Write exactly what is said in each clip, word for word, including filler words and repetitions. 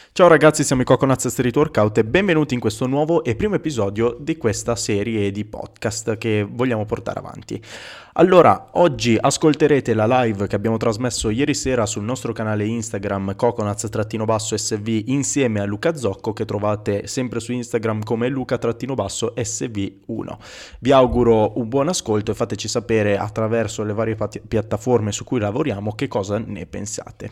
Ciao ragazzi, siamo i Coconuts Street Workout e benvenuti in questo nuovo e primo episodio di questa serie di podcast che vogliamo portare avanti. Allora, oggi ascolterete la live che abbiamo trasmesso ieri sera sul nostro canale Instagram Coconuts-S V insieme a Luca Zocco, che trovate sempre su Instagram come Luca-S V uno. Vi auguro un buon ascolto e fateci sapere attraverso le varie pat- piattaforme su cui lavoriamo che cosa ne pensate.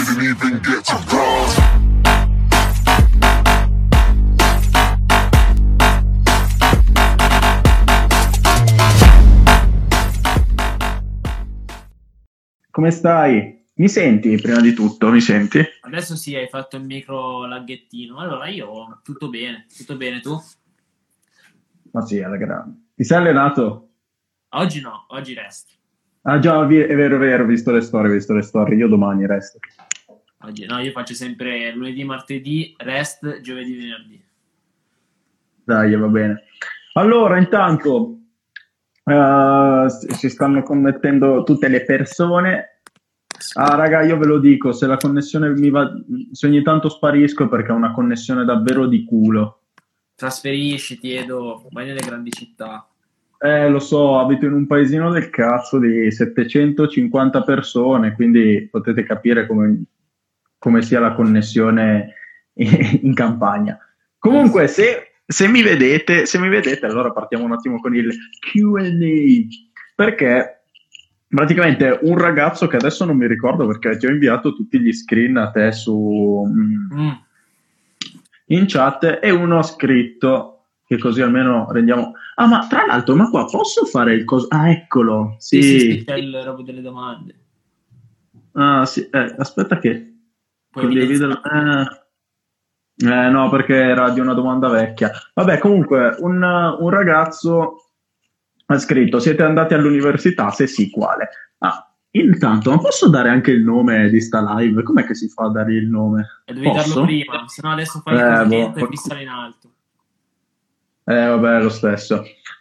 Come stai? Mi senti prima di tutto? Mi senti? Adesso sì, hai fatto il micro laghettino. Allora io tutto bene, tutto bene tu? Ma sì, alla grande. Ti sei allenato? Oggi no, oggi rest. Ah già, vi- è vero, è vero, ho visto le storie, ho visto le storie. Io domani resto. Oggi no, io faccio sempre lunedì, martedì, rest, giovedì, venerdì. Dai, va bene. Allora, intanto eh, si stanno connettendo tutte le persone. Ah, raga, io ve lo dico, se la connessione mi va, se ogni tanto sparisco è perché è una connessione davvero di culo. Trasferisciti, Edo, vai nelle grandi città. Eh, lo so, abito in un paesino del cazzo di settecentocinquanta persone, quindi potete capire come, come sia la connessione in, in campagna. Comunque, se, se mi vedete, se mi vedete, allora partiamo un attimo con il Q and A, perché praticamente un ragazzo che adesso non mi ricordo perché ti ho inviato tutti gli screen a te su Mm. in chat e uno ha scritto che così almeno rendiamo. Ah, ma tra l'altro, ma qua posso fare il coso? Ah, eccolo. Sì. Sì, sì, sì, c'è il robo delle domande. Ah, sì. Eh, aspetta che Puoi condivido. evidenziare. Eh. Eh, no, perché era di una domanda vecchia. Vabbè, comunque, un, un ragazzo ha scritto: siete andati all'università? Se sì, quale? Ah, intanto, ma posso dare anche il nome di sta live? Com'è che si fa a dare il nome? E dovevi Posso? darlo prima, se no adesso fai il Eh, cosiddetto boh. e fissalo in alto. Eh, vabbè, lo stesso.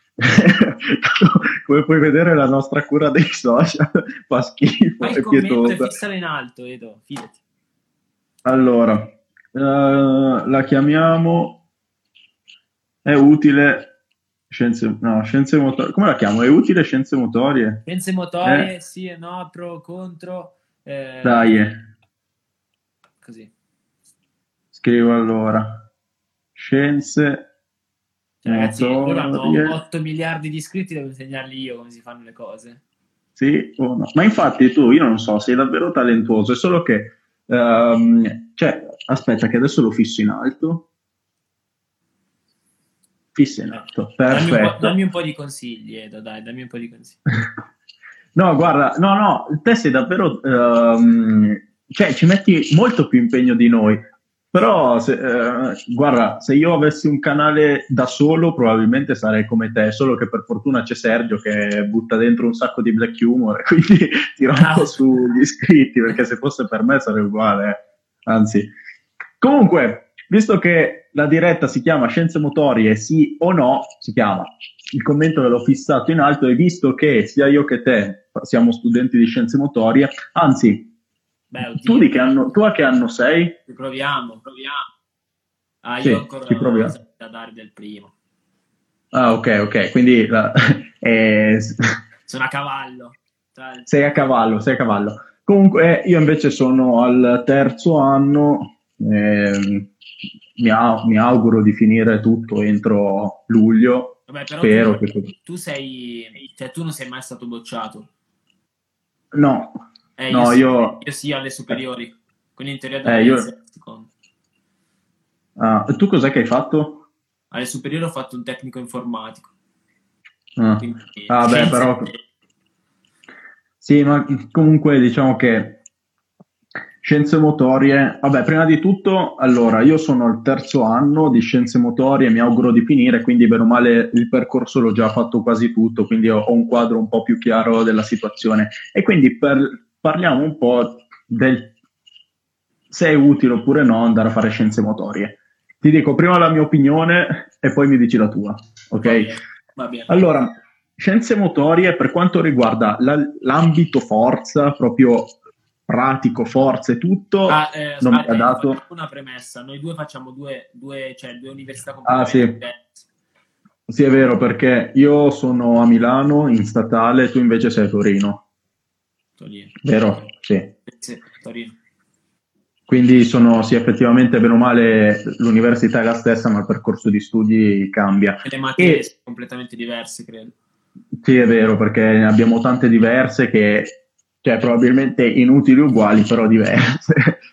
Come puoi vedere, la nostra cura dei social fa schifo, Fai il è commento e pietosa. fissalo in alto, Edo, fidati. Allora, eh, la chiamiamo è utile scienze, no, scienze motorie. Come la chiamo? È utile scienze motorie? Scienze motorie, Eh. sì e no, pro, contro. Eh, Dai, eh. Così. Scrivo allora scienze Cioè, ragazzi, loro hanno motorie. otto miliardi di iscritti, devo insegnargli io come si fanno le cose. Sì o no? Ma infatti tu, io non so, sei davvero talentuoso, è solo che ehm, cioè, aspetta che adesso lo fisso in alto. Fisso in alto, Dammi un, po', perfetto. dammi un po' di consigli, Edo, dai, dammi un po' di consigli. No, guarda, no, no, te sei davvero, ehm, cioè ci metti molto più impegno di noi, però se, eh, guarda, se io avessi un canale da solo probabilmente sarei come te, solo che per fortuna c'è Sergio che butta dentro un sacco di black humor e quindi tira un po' sugli iscritti, perché se fosse per me sarebbe uguale, eh. Anzi. Comunque, visto che la diretta si chiama Scienze Motorie, sì o no, si chiama. Il commento ve l'ho fissato in alto e visto che sia io che te siamo studenti di Scienze Motorie, anzi, Beh, oddio, tu, di che anno, tu a che anno sei? Ci proviamo, proviamo. Ah, Sì, io ancora ci proviamo. ho da dare del primo. Ah, ok, ok, quindi la, eh, Sono a cavallo. Tra- sei a cavallo, sei a cavallo. Comunque io invece sono al terzo anno, ehm, mi, au- mi auguro di finire tutto entro luglio. Vabbè, però Spero tu, che... tu sei, cioè tu non sei mai stato bocciato. No, Eh, no, io, sì, io... io sì alle superiori, quindi in teoria Eh, dovrei io... essere al secondo. Ah, tu cos'è che hai fatto? Alle superiori ho fatto un tecnico informatico. Ah, Quindi, ah, beh, scienze- però... Sì, ma comunque diciamo che scienze motorie, vabbè, prima di tutto, allora, io sono al terzo anno di scienze motorie, mi auguro di finire, quindi bene o male il percorso l'ho già fatto quasi tutto, quindi ho, ho un quadro un po' più chiaro della situazione. E quindi per, parliamo un po' del se è utile oppure no andare a fare scienze motorie. Ti dico prima la mia opinione e poi mi dici la tua, ok? Va bene, va bene. Allora, scienze motorie per quanto riguarda la- l'ambito forza, proprio pratico, forza e tutto, Ah, eh, non mi aspetta, ha eh, dato... facciamo una premessa. Noi due facciamo due, due, cioè, due università Ah completamente sì, diverse. sì è vero perché io sono a Milano in statale, tu invece sei a Torino, Torino. vero? Sì. Sì, Torino. Quindi sono, sì, effettivamente, bene o male, l'università è la stessa, ma il percorso di studi cambia. E le materie sono E completamente diverse, credo. sì, è vero, perché ne abbiamo tante diverse che, cioè, probabilmente inutili uguali, però diverse.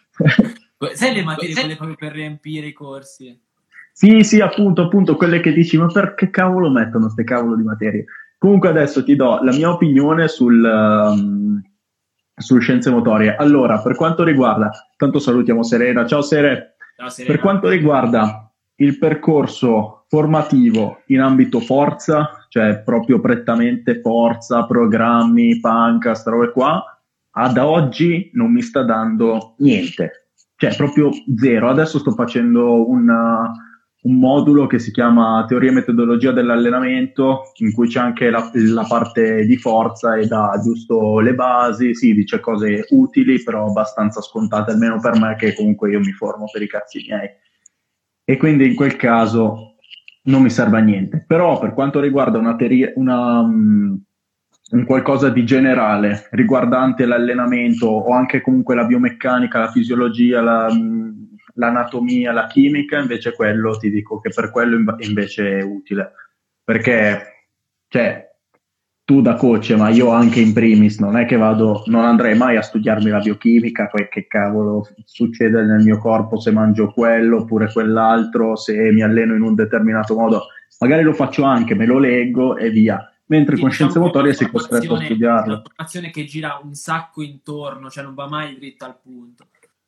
Sai le materie, quelle proprio per riempire i corsi? Sì, sì, appunto, appunto, quelle che dici, ma perché cavolo mettono queste cavolo di materie? Comunque adesso ti do la mia opinione sul, um, su scienze motorie. Allora, per quanto riguarda, tanto salutiamo Serena, ciao Sere, No, per Serena. quanto riguarda il percorso formativo in ambito forza, cioè proprio prettamente forza, programmi, panca, sta robe qua, ad oggi non mi sta dando niente, cioè proprio zero. Adesso sto facendo una, un modulo che si chiama Teoria e metodologia dell'allenamento, in cui c'è anche la, la parte di forza e dà giusto le basi, sì, dice cose utili, però abbastanza scontate, almeno per me che comunque io mi formo per i cazzi miei. E quindi in quel caso non mi serve a niente. Però per quanto riguarda una, teoria, una um, un qualcosa di generale riguardante l'allenamento o anche comunque la biomeccanica, la fisiologia, la, l'anatomia, la chimica, invece quello ti dico che per quello invece è utile, perché cioè, tu da coach, ma io anche in primis, non è che vado, non andrei mai a studiarmi la biochimica, poi che cavolo succede nel mio corpo se mangio quello oppure quell'altro, se mi alleno in un determinato modo, magari lo faccio anche, me lo leggo e via. Mentre Sì, con diciamo scienze che è una motorie sei costretto a formazione, è una studiarlo. formazione che gira un sacco intorno, cioè non va mai dritta al punto.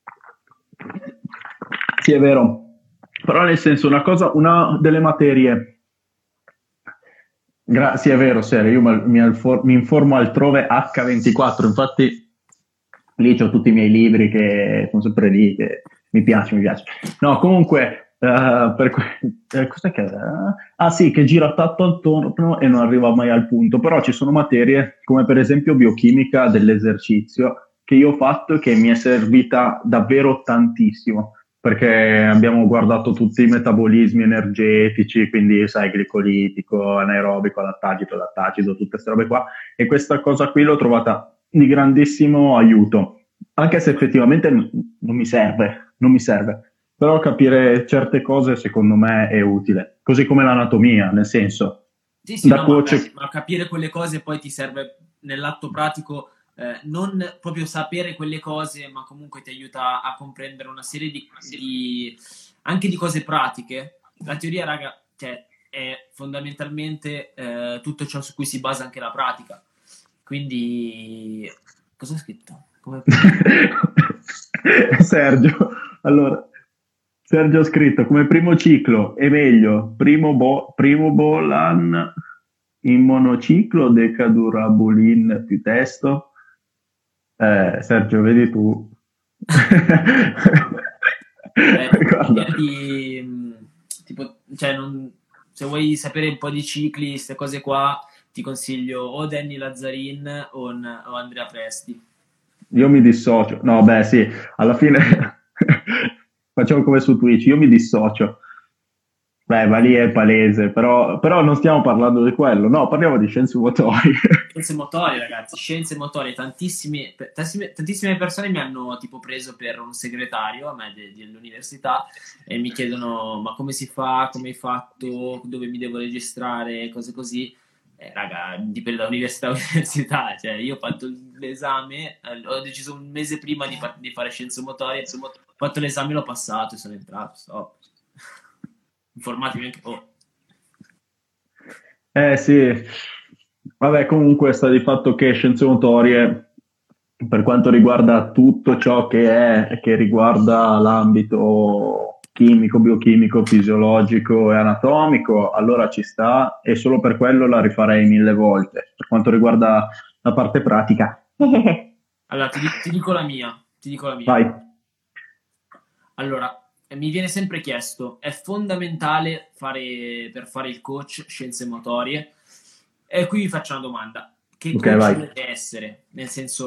Sì, è vero. Però nel senso, una cosa, una delle materie... Gra- sì, è vero, serio, io mi, alfor- mi informo altrove acca ventiquattro, infatti lì ho tutti i miei libri che sono sempre lì, che mi piace, mi piace. No, comunque, uh, per que- eh, cos'è che... Uh, ah sì, che gira tanto attorno e non arriva mai al punto, però ci sono materie, come per esempio biochimica dell'esercizio, che io ho fatto e che mi è servita davvero tantissimo, perché abbiamo guardato tutti i metabolismi energetici, quindi sai, glicolitico, anaerobico, lattagico, lattacido, tutte queste robe qua, e questa cosa qui l'ho trovata di grandissimo aiuto, anche se effettivamente n- non mi serve, non mi serve, però capire certe cose secondo me è utile, così come l'anatomia, nel senso, Sì, sì, da no, ma, beh, coach... ma capire quelle cose poi ti serve nell'atto pratico, eh, non proprio sapere quelle cose, ma comunque ti aiuta a comprendere una serie di, di- anche di cose pratiche. La teoria, raga, cioè, è fondamentalmente eh, tutto ciò su cui si basa anche la pratica. Quindi, cosa ho scritto? Come... Sergio, allora, Sergio ha scritto come primo ciclo è meglio primo, bo- primo Bolan in monociclo Decadurabolin più testo. Eh, Sergio, vedi tu. Eh, Guarda. di, mh, tipo, cioè, non- se vuoi sapere un po' di cicli, queste cose qua, ti consiglio o Danny Lazzarin o, n- o Andrea Presti. Io mi dissocio. No, beh, sì, alla fine facciamo come su Twitch, io mi dissocio. Beh, ma lì è palese, però, però non stiamo parlando di quello, no, parliamo di scienze motorie. Scienze motorie, ragazzi, scienze motorie. Tantissime, pe- tantissime, tantissime persone mi hanno tipo preso per un segretario a me de- dell'università e mi chiedono ma come si fa, come hai fatto, dove mi devo registrare, cose così. Eh, raga, dipende da università a università. Cioè, io ho fatto l'esame, eh, ho deciso un mese prima di, fa- di fare scienze motorie, ho fatto l'esame, l'ho passato e sono entrato. Stop. Informatevi anche. Oh. Eh sì, vabbè, comunque sta di fatto che scienze motorie, per quanto riguarda tutto ciò che è, che riguarda l'ambito chimico, biochimico, fisiologico e anatomico, allora ci sta e solo per quello la rifarei mille volte. Per quanto riguarda la parte pratica, Allora, ti, di- ti dico la mia. Ti dico la mia. vai. Allora, eh, mi viene sempre chiesto, è fondamentale fare, per fare il coach scienze motorie? E qui vi faccio una domanda. Che Ok, coach vai. dovete essere? Nel senso,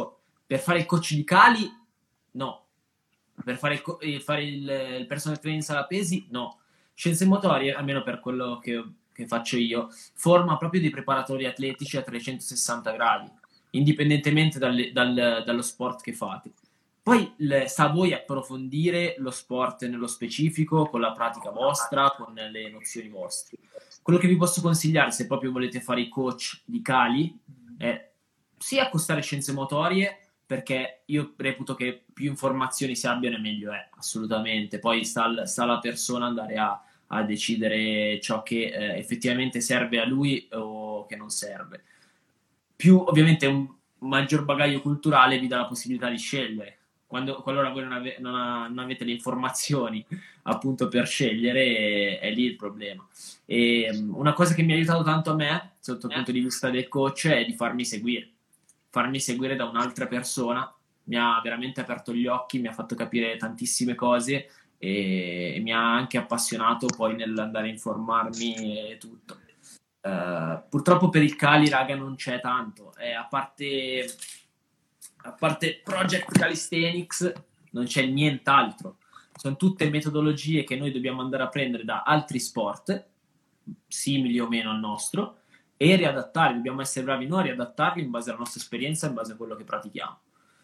Per fare il coach di cali, no. Per fare il, co- eh, fare il, il personal training in sala pesi, no. Scienze motorie, almeno per quello che, che faccio io, forma proprio dei preparatori atletici a trecentosessanta gradi, indipendentemente dalle- dal- dallo sport che fate. Poi le- sta a voi approfondire lo sport nello specifico, con la pratica vostra, con le nozioni vostre. Quello che vi posso consigliare, se proprio volete fare i coach di cali, è sia accostare scienze motorie, perché io reputo che più informazioni si abbiano e meglio è, assolutamente. Poi sta, al- sta alla persona andare a, a decidere ciò che eh, effettivamente serve a lui o che non serve. Più ovviamente un maggior bagaglio culturale vi dà la possibilità di scegliere. Quando, qualora voi non, ave- non ha- non avete le informazioni appunto per scegliere, è, è lì il problema. E um, una cosa che mi ha aiutato tanto a me, sotto il punto di vista del coach, è di farmi seguire. Farmi seguire da un'altra persona mi ha veramente aperto gli occhi, mi ha fatto capire tantissime cose e, e mi ha anche appassionato poi nell'andare a informarmi e tutto. Uh, purtroppo per il Cali, raga, non c'è tanto. Eh, a parte a parte Project Calisthenics, non c'è nient'altro. Sono tutte metodologie che noi dobbiamo andare a prendere da altri sport, simili o meno al nostro, e riadattare. Dobbiamo essere bravi noi a riadattarli in base alla nostra esperienza, in base a quello che pratichiamo.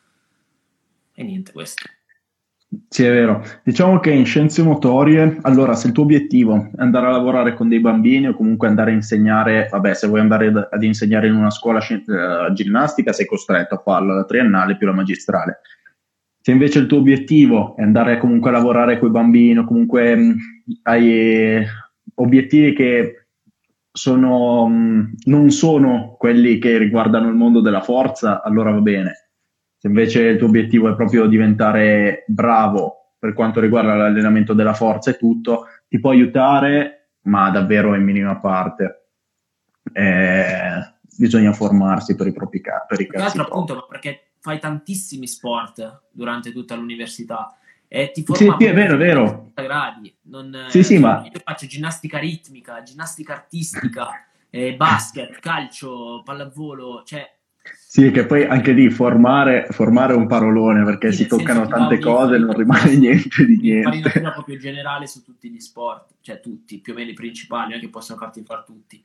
E niente, questo. Sì, è vero. Diciamo che in scienze motorie, allora, se il tuo obiettivo è andare a lavorare con dei bambini o comunque andare a insegnare, vabbè, se vuoi andare ad ad insegnare in una scuola scien- eh, ginnastica, sei costretto a farlo, la triennale più la magistrale. Se invece il tuo obiettivo è andare comunque a lavorare con i bambini o comunque mh, hai eh, obiettivi che sono, mh, non sono quelli che riguardano il mondo della forza, allora va bene. Se invece il tuo obiettivo è proprio diventare bravo per quanto riguarda l'allenamento della forza e tutto, ti può aiutare, ma davvero in minima parte. Eh, bisogna formarsi per i propri ca- per i Tra cazzi l'altro, propri. appunto, ma perché fai tantissimi sport durante tutta l'università e ti Sì, forma sì, è vero, è a vero. gradi. Non, Sì, eh, sì, cioè, ma io faccio ginnastica ritmica, ginnastica artistica, eh, basket, calcio, pallavolo, cioè sì, che poi anche lì formare, formare un parolone perché sì, si nel senso toccano ti dà tante cose e non un'infarinatura rimane su, niente di un'infarinatura niente. proprio generale su tutti gli sport, cioè tutti, più o meno i principali, non è che possono farti fare tutti.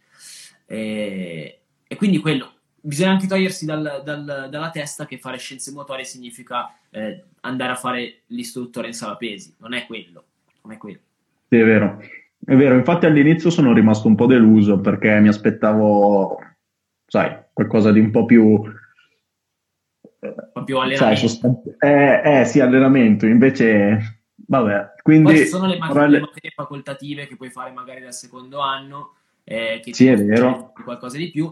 E, e quindi quello, bisogna anche togliersi dal- dal- dalla testa che fare scienze motorie significa eh, andare a fare l'istruttore in sala pesi, non è quello, non è quello. Sì, è vero. È vero, infatti all'inizio sono rimasto un po' deluso perché mi aspettavo, sai, qualcosa di un po' più, eh, Proprio sai, allenamento. sostanz- eh, eh, sì, allenamento, invece, vabbè, Poi ci sono quindi, le, ma- le morale- materie facoltative che puoi fare magari dal secondo anno, eh, che sì, tipo è ti vero. specializzi qualcosa di più,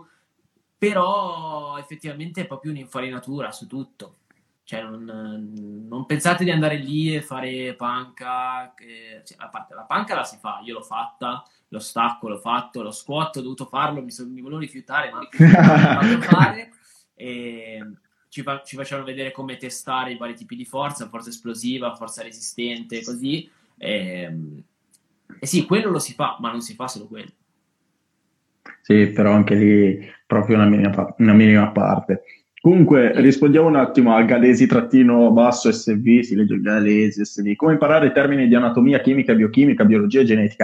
però effettivamente è proprio un'infarinatura su tutto. Cioè, non, non pensate di andare lì e fare panca. Che- cioè, a parte la panca la si fa, io l'ho fatta, lo stacco l'ho fatto, lo squat ho dovuto farlo, mi, so- mi volevo rifiutare, ma l'ho fatto fare. E ci, fa- ci facevano vedere come testare i vari tipi di forza, forza esplosiva, forza resistente, così. E, e sì, quello lo si fa, ma non si fa solo quello. Sì, però anche lì proprio una minima, pa- una minima parte. Comunque, Sì. rispondiamo un attimo a Galesi-basso S V, si legge Galesi S V. Come imparare i termini di anatomia, chimica, biochimica, biologia e genetica?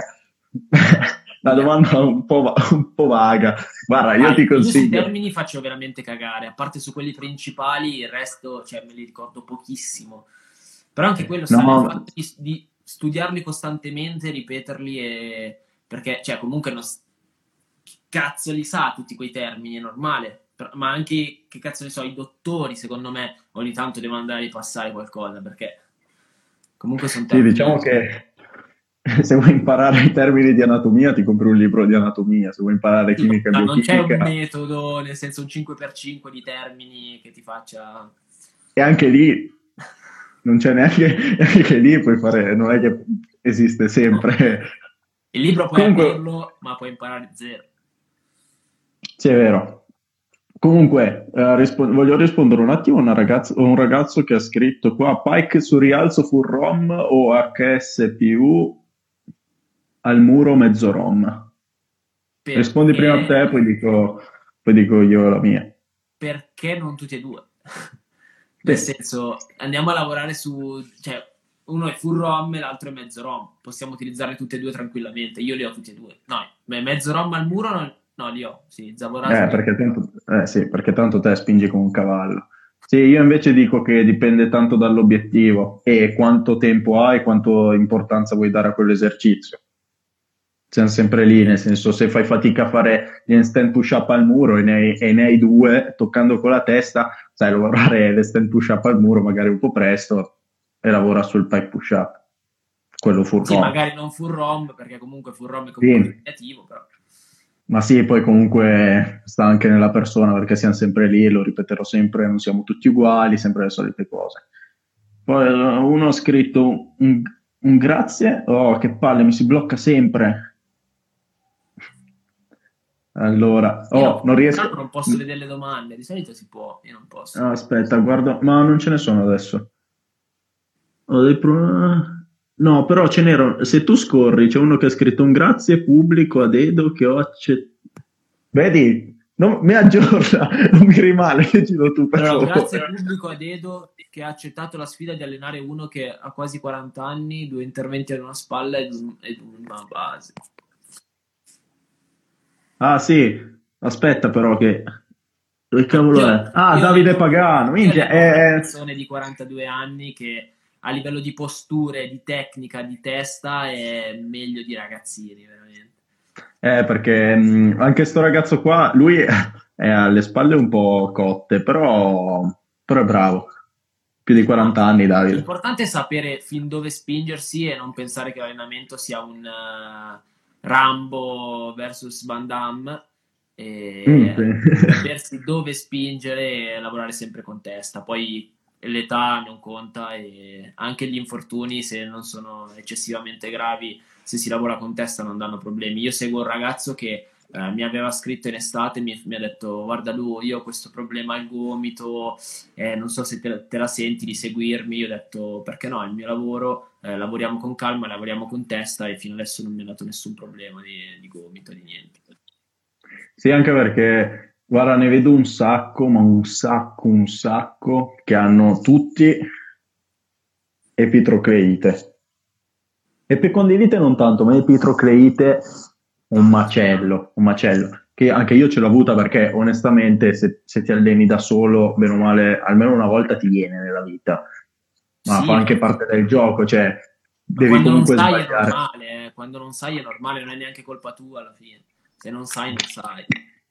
La Minchia. domanda è un po', va- un po' vaga. Guarda, io Dai, ti io sui consiglio. termini faccio veramente cagare, a parte su quelli principali, il resto, cioè, me li ricordo pochissimo. Però anche quello sta nel No, fatto di, di studiarli costantemente, ripeterli e... perché, cioè, comunque non... s- chi cazzo li sa tutti quei termini, è normale. Per- Ma anche, che cazzo ne so, i dottori, secondo me, ogni tanto devono andare a ripassare qualcosa, perché comunque sono sì, termini... diciamo che se vuoi imparare i termini di anatomia, ti compri un libro di anatomia. Se vuoi imparare Sì, chimica e ma non c'è un biochimica, metodo, nel senso un cinque per cinque di termini che ti faccia... e anche lì non c'è neanche, neanche lì puoi fare, non è che esiste sempre. Il libro puoi Comunque, averlo, ma puoi imparare zero. sì, è vero. Comunque, eh, rispo- voglio rispondere un attimo a una ragazza- a un ragazzo che ha scritto qua, Pike su rialzo full rom o H S P U al muro mezzo rom. Rispondi prima a Perché, te, poi dico, poi dico io la mia. perché non tutti e due? Nel senso, andiamo a lavorare su, cioè, uno è full ROM e l'altro è mezzo ROM. Possiamo utilizzarli tutti e due tranquillamente. Io li ho tutti e due. No, beh, mezzo ROM al muro, no, no li ho. Sì, zavorati. Eh, perché tanto, eh, sì, perché tanto te spingi come un cavallo. Sì, io invece dico che dipende tanto dall'obiettivo e quanto tempo hai e quanto importanza vuoi dare a quell'esercizio. Siamo sempre lì, nel senso, se fai fatica a fare gli handstand push-up al muro e ne, hai, e ne hai due, toccando con la testa, sai, lavorare l'handstand push-up al muro magari un po' presto e lavora sul pike push-up, quello full Sì, ROM. magari non full ROM, perché comunque full ROM è comunque Sì. impegnativo, però. Ma sì, poi comunque sta anche nella persona, perché siamo sempre lì, lo ripeterò sempre, non siamo tutti uguali, sempre le solite cose. Poi eh, uno ha scritto un, un grazie, oh che palle, mi si blocca sempre. Allora, Io oh, non riesco. non posso vedere le domande, di solito si può, io non posso. Ah, aspetta, guardo, ma non ce ne sono adesso. Ho dei pro- No, però ce n'erano. Se tu scorri, c'è uno che ha scritto un grazie pubblico ad Edo che ho accettato. Vedi? Non, mi aggiorna, non mi rimane, leggilo tu per Allora, favore. grazie pubblico ad Edo che ha accettato la sfida di allenare uno che ha quasi quaranta anni, due interventi ad una spalla ed, un, ed una base. Ah sì, aspetta però che... Che cavolo Io- è? Ah, io Davide alleno- Pagano, io minchia, alleno è... persone di quarantadue anni che a livello di posture, di tecnica, di testa è meglio di ragazzini, veramente. Eh, perché mh, anche sto ragazzo qua, lui è alle spalle un po' cotte, però, però è bravo. Più di quaranta anni, Davide. L'importante è sapere fin dove spingersi e non pensare che l'allenamento sia un uh, Rambo versus Van Damme, e Mm, sì. sapersi dove spingere e lavorare sempre con testa. Poi l'età non conta e anche gli infortuni, se non sono eccessivamente gravi, se si lavora con testa non danno problemi. Io seguo un ragazzo che eh, mi aveva scritto in estate, mi, mi ha detto guarda lui, io ho questo problema al gomito, eh, non so se te, te la senti di seguirmi. Io ho detto perché no, è il mio lavoro, eh, lavoriamo con calma, lavoriamo con testa e fino adesso non mi ha dato nessun problema di, di gomito, di niente. Sì, anche perché, guarda, ne vedo un sacco, ma un sacco, un sacco, che hanno tutti epitrocleite. Epicondilite non tanto, ma epitrocleite un macello, un macello. Che anche io ce l'ho avuta perché onestamente se, se ti alleni da solo, bene o male, almeno una volta ti viene nella vita. Ma Sì, fa anche ma- parte del gioco, cioè ma devi quando non comunque sai è sbagliare. normale, eh. Quando non sai è normale, non è neanche colpa tua alla fine. Se non sai, non sai.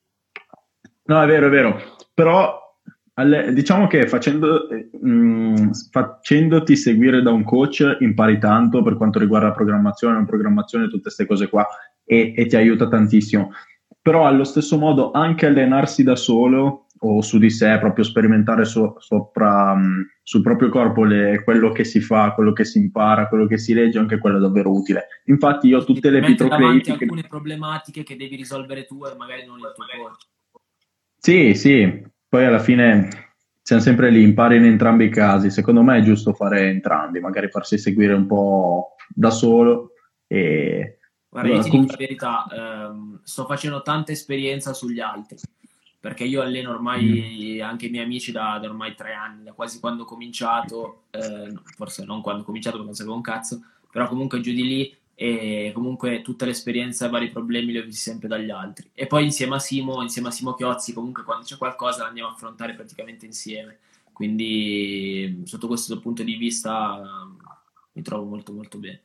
No, è vero, è vero, però alle- diciamo che facendo, eh, mh, facendoti seguire da un coach impari tanto per quanto riguarda la programmazione, non programmazione, tutte queste cose qua e, e ti aiuta tantissimo. Però allo stesso modo anche allenarsi da solo o su di sé, proprio sperimentare so- sopra, mh, sul proprio corpo le- quello che si fa, quello che si impara, quello che si legge, anche quello è davvero utile. Infatti io ho tutte le Ti mette davanti epitrocleiti che... alcune problematiche che devi risolvere tu e magari non il tuo coach. Sì, sì, poi alla fine siamo sempre lì, impari in entrambi i casi. Secondo me è giusto fare entrambi, magari farsi seguire un po' da solo e Guarda, io allora, ti dico con- la verità, ehm, sto facendo tanta esperienza sugli altri, perché io alleno ormai anche i miei amici da, da ormai tre anni, da quasi quando ho cominciato, eh, no, forse non quando ho cominciato perché non sapevo un cazzo, però comunque giù di lì e comunque tutta l'esperienza e vari problemi li ho visti sempre dagli altri. E poi insieme a Simo, insieme a Simo Chiozzi, comunque quando c'è qualcosa l'andiamo a affrontare praticamente insieme. Quindi sotto questo punto di vista mi trovo molto molto bene.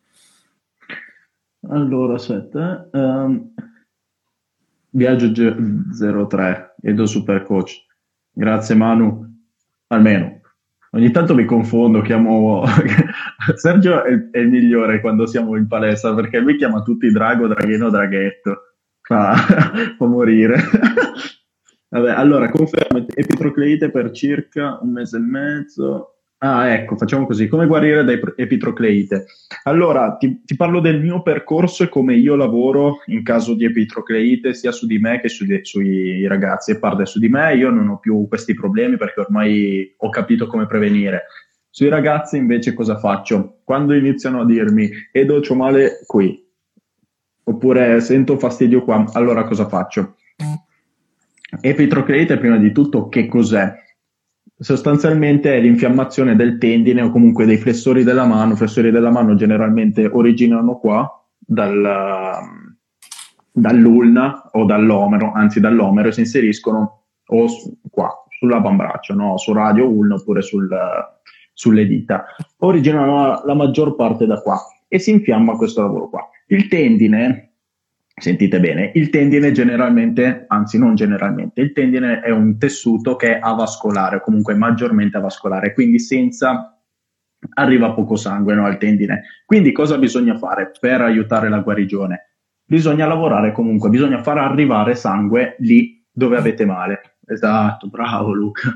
allora, aspetta, eh. Ehm, Viaggio G- zero tre, Edo Super Coach. Grazie Manu, almeno. Ogni tanto mi confondo, chiamo... Sergio è, è il migliore quando siamo in palestra perché lui chiama tutti Drago, Draghino, Draghetto. Fa, fa morire. Vabbè, allora, conferma epitrocleite per circa un mese e mezzo. Ah, ecco, facciamo così. Come guarire da ep- epitrocleite? Allora, ti, ti parlo del mio percorso e come io lavoro in caso di epitrocleite, sia su di me che su di- sui ragazzi. E parla su di me, io non ho più questi problemi perché ormai ho capito come prevenire. Sui ragazzi invece cosa faccio? Quando iniziano a dirmi, Edo, c'ho male qui, oppure sento fastidio qua, allora cosa faccio? Epitrocleite prima di tutto che cos'è? sostanzialmente è l'infiammazione del tendine o comunque dei flessori della mano. I flessori della mano generalmente originano qua, dal, dall'ulna o dall'omero, anzi dall'omero, e si inseriscono o su- qua, sull'avambraccio, no? Su radio ulna oppure sul, sulle dita. Originano la, la maggior parte da qua e si infiamma questo lavoro qua. Il tendine, sentite bene, il tendine generalmente, anzi non generalmente, il tendine è un tessuto che è avascolare, o comunque maggiormente avascolare, quindi senza arriva poco sangue, no, al tendine. Quindi cosa bisogna fare per aiutare la guarigione? Bisogna lavorare comunque, bisogna far arrivare sangue lì dove avete male. Esatto, bravo Luca.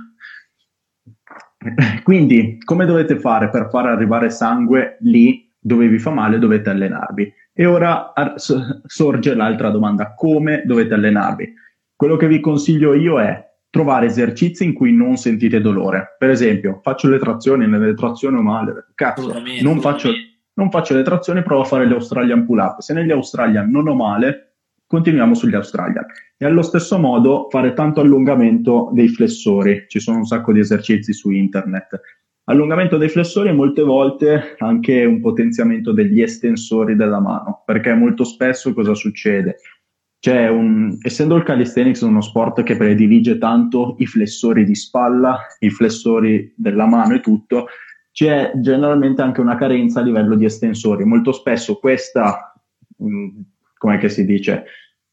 Quindi, come dovete fare per far arrivare sangue lì dove vi fa male? Dovete allenarvi. E ora ar- so- sorge l'altra domanda: come dovete allenarvi? Quello che vi consiglio io è trovare esercizi in cui non sentite dolore. Per esempio, faccio le trazioni, nelle trazioni ho male, cazzo, Assolutamente. non faccio, non faccio le trazioni, provo a fare le Australian pull-up. Se negli Australian non ho male, continuiamo sugli Australian. E allo stesso modo fare tanto allungamento dei flessori. Ci sono un sacco di esercizi su internet. Allungamento dei flessori e molte volte anche un potenziamento degli estensori della mano, perché molto spesso cosa succede? C'è un, essendo il calisthenics uno sport che predilige tanto i flessori di spalla, i flessori della mano e tutto, c'è generalmente anche una carenza a livello di estensori. Molto spesso questa, mh, come che si dice,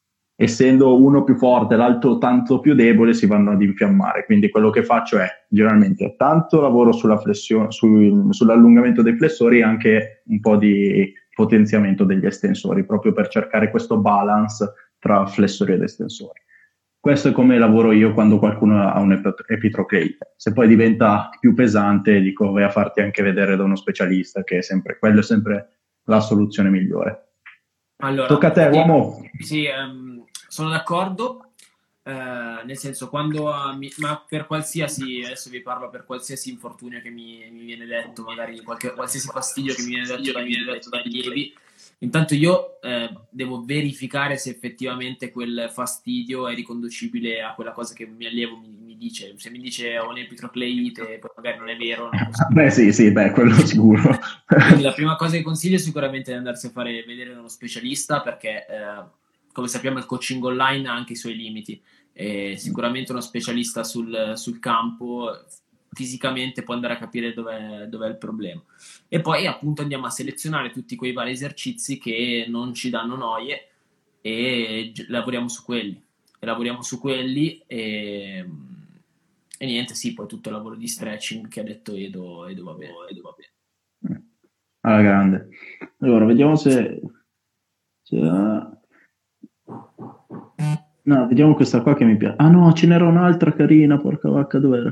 essendo uno più forte e l'altro tanto più debole, si vanno ad infiammare. Quindi quello che faccio è generalmente tanto lavoro sulla flessione, su, sull'allungamento dei flessori e anche un po' di potenziamento degli estensori, proprio per cercare questo balance tra flessori ed estensori. Questo è come lavoro io quando qualcuno ha un'epitrocleite. Se poi diventa più pesante, dico vai a farti anche vedere da uno specialista, che è sempre, quello è sempre la soluzione migliore. Allora, Tocca a te, sì, uomo. sì, ehm, sono d'accordo, eh, nel senso quando ah, mi- ma per qualsiasi, adesso vi parlo per qualsiasi infortunio che mi, mi viene detto, magari qualche, qualsiasi fastidio che mi viene detto dai, dai allievi, intanto io eh, devo verificare se effettivamente quel fastidio è riconducibile a quella cosa che il mio allievo mi, mi dice. Se mi dice ho un'epitrocleite, poi magari non è vero, non posso. Beh sì, sì, beh, quello sicuro. Quindi la prima cosa che consiglio è sicuramente di andarsi a fare vedere uno specialista, perché eh, come sappiamo il coaching online ha anche i suoi limiti, e sicuramente uno specialista sul, sul campo fisicamente può andare a capire dov'è, dov'è il problema. E poi appunto andiamo a selezionare tutti quei vari esercizi che non ci danno noie e gi- lavoriamo su quelli. E lavoriamo su quelli e, e niente, sì, poi tutto il lavoro di stretching che ha detto Edo, Edo va bene, Edo va bene. Alla grande. Allora, vediamo se... se... No, vediamo questa qua che mi piace. Ah no, ce n'era un'altra carina, porca vacca, dov'era?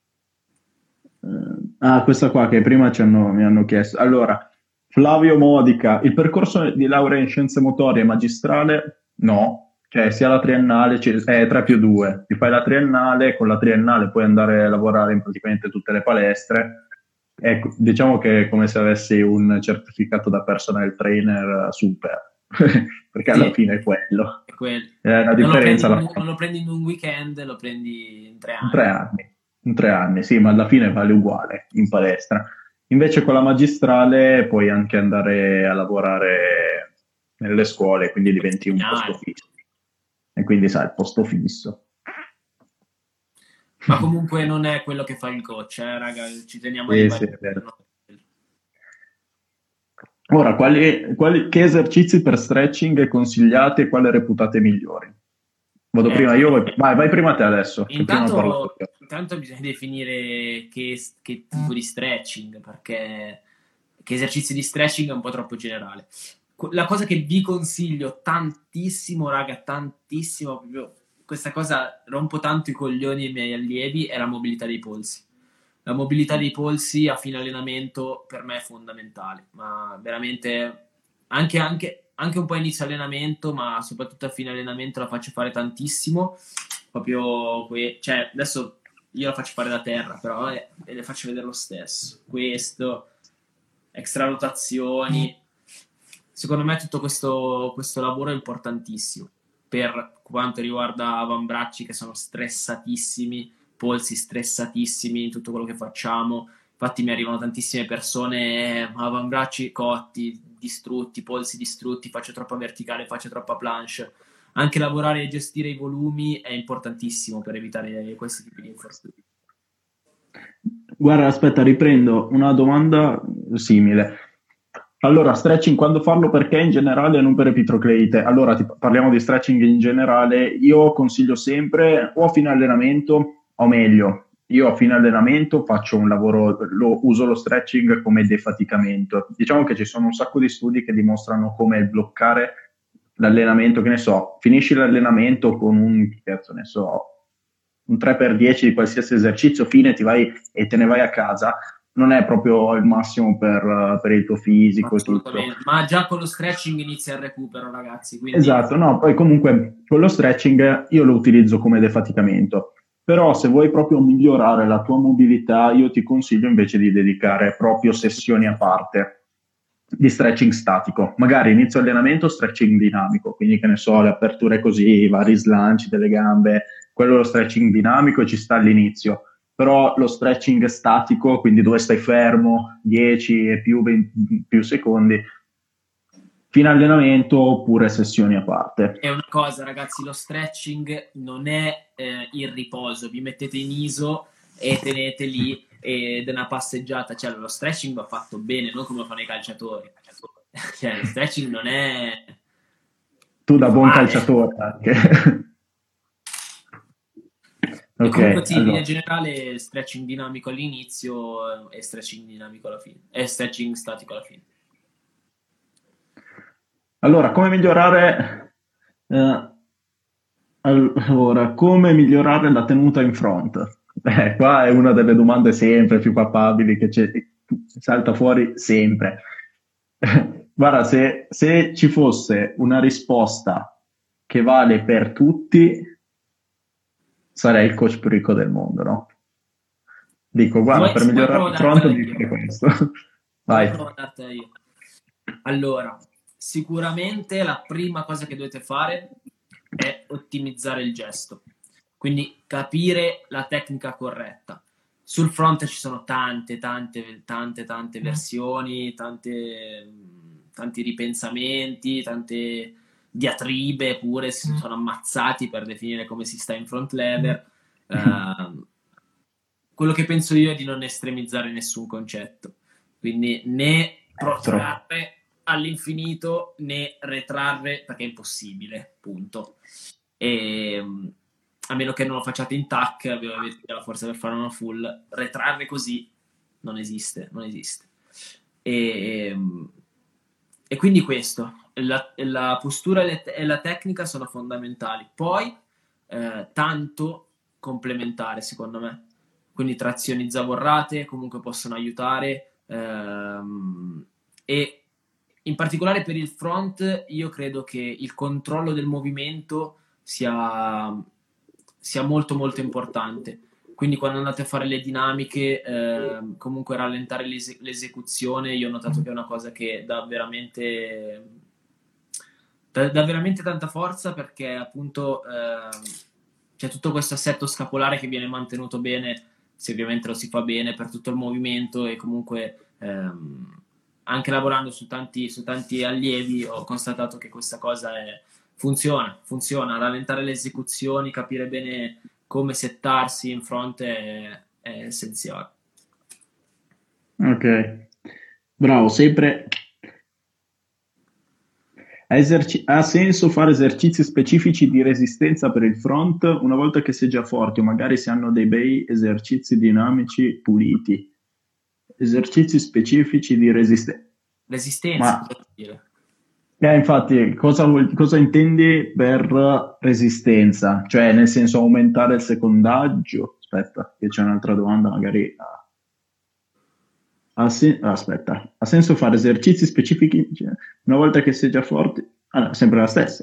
Eh, ah, questa qua che prima ci hanno- mi hanno chiesto. Allora, Flavio Modica, il percorso di laurea in scienze motorie magistrale? No, cioè sia la triennale, ci- è tre più due. Ti fai la triennale, con la triennale puoi andare a lavorare in praticamente tutte le palestre. Ecco, diciamo che è come se avessi un certificato da personal trainer eh, super, perché alla Sì, fine è quello. è quello. Eh, la Non lo prendi differenza in la un, fa non lo prendi in un weekend, lo prendi in tre in tre anni. anni, in tre anni, sì, ma alla fine vale uguale in palestra. Invece con la magistrale puoi anche andare a lavorare nelle scuole, quindi diventi un posto Geniale. fisso. E quindi sai, il posto fisso. Ma comunque non è quello che fa il coach, eh, raga, ci teniamo a Sì, sì, ribadire. è vero. Ora, quali, quali- che esercizi per stretching consigliate e quali reputate migliori? Vado Eh, prima io, vai, vai, vai prima te adesso, che prima ho parlato intanto, io. intanto bisogna definire che, che tipo di stretching, perché che esercizi di stretching è un po' troppo generale. Qu- La cosa che vi consiglio tantissimo, raga, tantissimo, proprio questa cosa rompo tanto i coglioni ai miei allievi, è la mobilità dei polsi. La mobilità dei polsi a fine allenamento per me è fondamentale, ma veramente anche, anche, anche un po' a inizio allenamento, ma soprattutto a fine allenamento la faccio fare tantissimo. Proprio que- cioè, adesso io la faccio fare da terra, però eh, e le faccio vedere lo stesso. Questo, extra rotazioni. Secondo me tutto questo, questo lavoro è importantissimo per quanto riguarda avambracci che sono stressatissimi, polsi stressatissimi in tutto quello che facciamo. Infatti mi arrivano tantissime persone, eh, avambracci cotti, distrutti, polsi distrutti, faccio troppa verticale, faccio troppa planche. Anche lavorare e gestire i volumi è importantissimo per evitare questi tipi di infortuni. Guarda, aspetta, riprendo una domanda simile. Allora, stretching quando farlo, perché in generale non per epitrocleite? Allora, ti- parliamo di stretching in generale. Io consiglio sempre o a fine allenamento, o meglio, io a fine allenamento faccio un lavoro, lo, uso lo stretching come defaticamento. Diciamo che ci sono un sacco di studi che dimostrano come bloccare l'allenamento, che ne so, finisci l'allenamento con un, che cazzo ne so, un tre per dieci di qualsiasi esercizio, fine, ti vai e te ne vai a casa, non è proprio il massimo per, per il tuo fisico e tutto. Assolutamente, ma già con lo stretching inizia il recupero, ragazzi. Quindi... Esatto, no, poi comunque con lo stretching io lo utilizzo come defaticamento, però se vuoi proprio migliorare la tua mobilità, io ti consiglio invece di dedicare proprio sessioni a parte di stretching statico, magari inizio allenamento stretching dinamico, quindi che ne so, le aperture così, i vari slanci delle gambe, quello è lo stretching dinamico ci sta all'inizio, però lo stretching statico, quindi dove stai fermo dieci e più, venti, più secondi, fine allenamento oppure sessioni a parte. È una cosa, ragazzi, lo stretching non è eh, il riposo, vi mettete in iso e tenete lì ed è una passeggiata, cioè lo stretching va fatto bene, non come lo fanno i calciatori. Cioè, lo stretching non è... Tu da buon male. calciatore anche. E Ok, comunque sì, in allora. linea generale stretching dinamico all'inizio e stretching dinamico alla fine, e stretching statico alla fine. Allora, come migliorare eh, allora, come migliorare la tenuta in front? Eh, qua è una delle domande sempre più papabili che c'è- salta fuori sempre. Guarda, se, se ci fosse una risposta che vale per tutti, sarei il coach più ricco del mondo, no? Dico, guarda, Vuoi- per vuoi migliorare provo il a front dartela devi io? fare questo. Vuoi Vai. provo a dartela io? Allora, sicuramente la prima cosa che dovete fare è ottimizzare il gesto, quindi capire la tecnica corretta. Sul front ci sono tante, tante, tante, tante versioni, tante, tanti ripensamenti, tante diatribe pure, si sono ammazzati per definire come si sta in front lever. Uh, quello che penso io è di non estremizzare nessun concetto, quindi né protrarre all'infinito né retrarre perché è impossibile, punto. E, a meno che non lo facciate in tac, avete la forza per fare una full, retrarre così non esiste, non esiste. E, e quindi questo, la, la postura e la tecnica sono fondamentali. Poi eh, tanto complementare, secondo me. Quindi trazioni zavorrate comunque possono aiutare ehm, e in particolare per il front io credo che il controllo del movimento sia, sia molto molto importante. Quindi quando andate a fare le dinamiche, eh, comunque rallentare l'ese- l'esecuzione, io ho notato che è una cosa che dà veramente, dà, dà veramente tanta forza perché appunto eh, c'è tutto questo assetto scapolare che viene mantenuto bene, se ovviamente lo si fa bene per tutto il movimento e comunque ehm, anche lavorando su tanti, su tanti allievi ho constatato che questa cosa è, funziona, funziona, rallentare le esecuzioni, capire bene come settarsi in fronte è, è essenziale. Ok, bravo, sempre. Ha, eserci- ha senso fare esercizi specifici di resistenza per il front una volta che si è già forti o magari si hanno dei bei esercizi dinamici puliti. Esercizi specifici di resistenza. Resistenza, Ma cosa vuol dire? eh, infatti, cosa, vuol- cosa intendi per resistenza? Cioè, nel senso aumentare il secondaggio? Aspetta, che c'è un'altra domanda, magari. ah. Ha sen- aspetta, ha senso fare esercizi specifici cioè, una volta che sei già forti? Ah, no, sempre la stessa.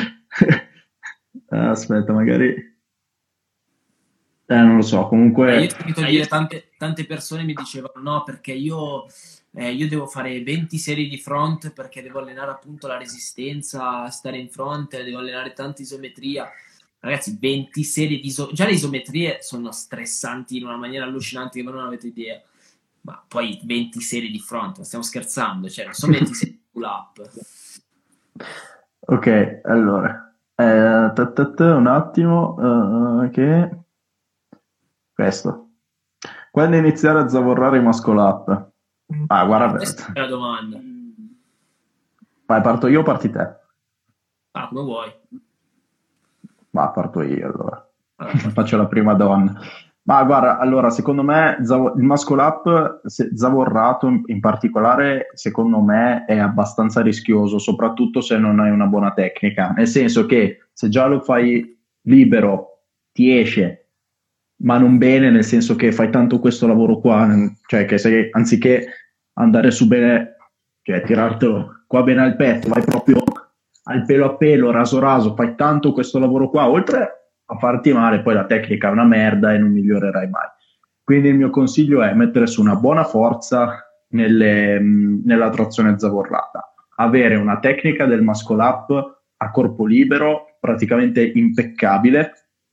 Aspetta, magari. Eh, non lo so, Eh, comunque. io ho sentito dire tante, tante persone mi dicevano no perché io, eh, io devo fare venti serie di front perché devo allenare appunto la resistenza, stare in front, devo allenare tanta isometria. Ragazzi, venti serie di iso- già le isometrie sono stressanti in una maniera allucinante che voi non avete idea, ma poi venti serie di front, stiamo scherzando, cioè non sono venti serie di pull up. Ok, allora, eh, ta ta ta, un attimo, eh, che questo. Quando iniziare a zavorrare i muscle up? Ah, guarda, Questa è la domanda. vai, parto io o parti te? Ah, come vuoi. Ma parto io allora. Allora, parti. Faccio la prima donna. Ma guarda, allora, secondo me zavo- il muscle up se- zavorrato in, in particolare, secondo me è abbastanza rischioso, soprattutto se non hai una buona tecnica. Nel senso che se già lo fai libero, ti esce, ma non bene, nel senso che fai tanto questo lavoro qua, cioè che se, anziché andare su bene, cioè tirartelo qua bene al petto, vai proprio al pelo a pelo, raso raso, fai tanto questo lavoro qua, oltre a farti male, poi la tecnica è una merda e non migliorerai mai. Quindi il mio consiglio è mettere su una buona forza nelle, mh, nella trazione zavorrata, avere una tecnica del muscle up a corpo libero praticamente impeccabile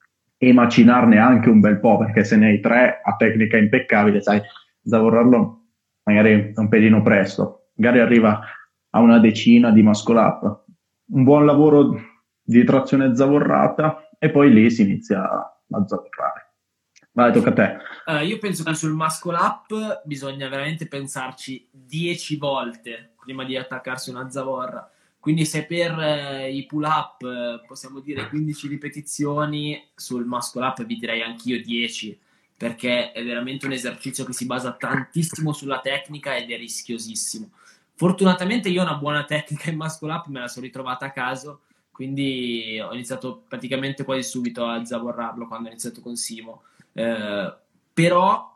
e macinarne anche un bel po', perché se ne hai tre a tecnica impeccabile, sai, zavorrarlo magari un pelino presto, magari arriva a una decina di muscle up, un buon lavoro di trazione zavorrata e poi lì si inizia a zavorrare. Vai, tocca a te. Uh, io penso che sul muscle up bisogna veramente pensarci dieci volte prima di attaccarsi una zavorra. Quindi se per eh, i pull up eh, possiamo dire quindici ripetizioni, sul muscle up vi direi anch'io dieci, perché è veramente un esercizio che si basa tantissimo sulla tecnica ed è rischiosissimo. Fortunatamente io ho una buona tecnica in muscle up, me la sono ritrovata a caso, quindi ho iniziato praticamente quasi subito a zavorrarlo quando ho iniziato con Simo. Eh, però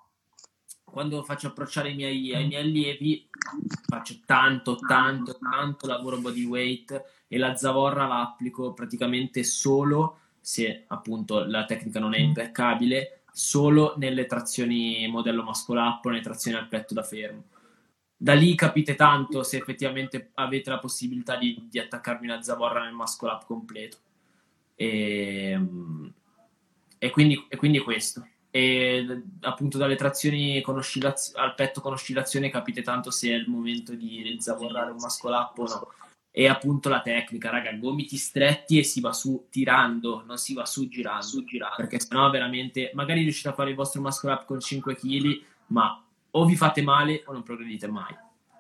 quando faccio approcciare i miei, ai miei allievi faccio tanto, tanto, tanto lavoro bodyweight e la zavorra la applico praticamente solo se appunto la tecnica non è impeccabile, solo nelle trazioni modello muscle up o nelle trazioni al petto da fermo. Da lì capite tanto se effettivamente avete la possibilità di, di attaccarvi una zavorra nel muscle up completo. E, e, quindi, e quindi questo. E appunto dalle trazioni con oscillaz- al petto con oscillazione capite tanto se è il momento di zavorrare un muscle up o no. E appunto la tecnica, raga, gomiti stretti e si va su tirando, non si va su girando, su girando perché sennò veramente magari riuscite a fare il vostro muscle up con cinque chili, ma o vi fate male o non progredite mai.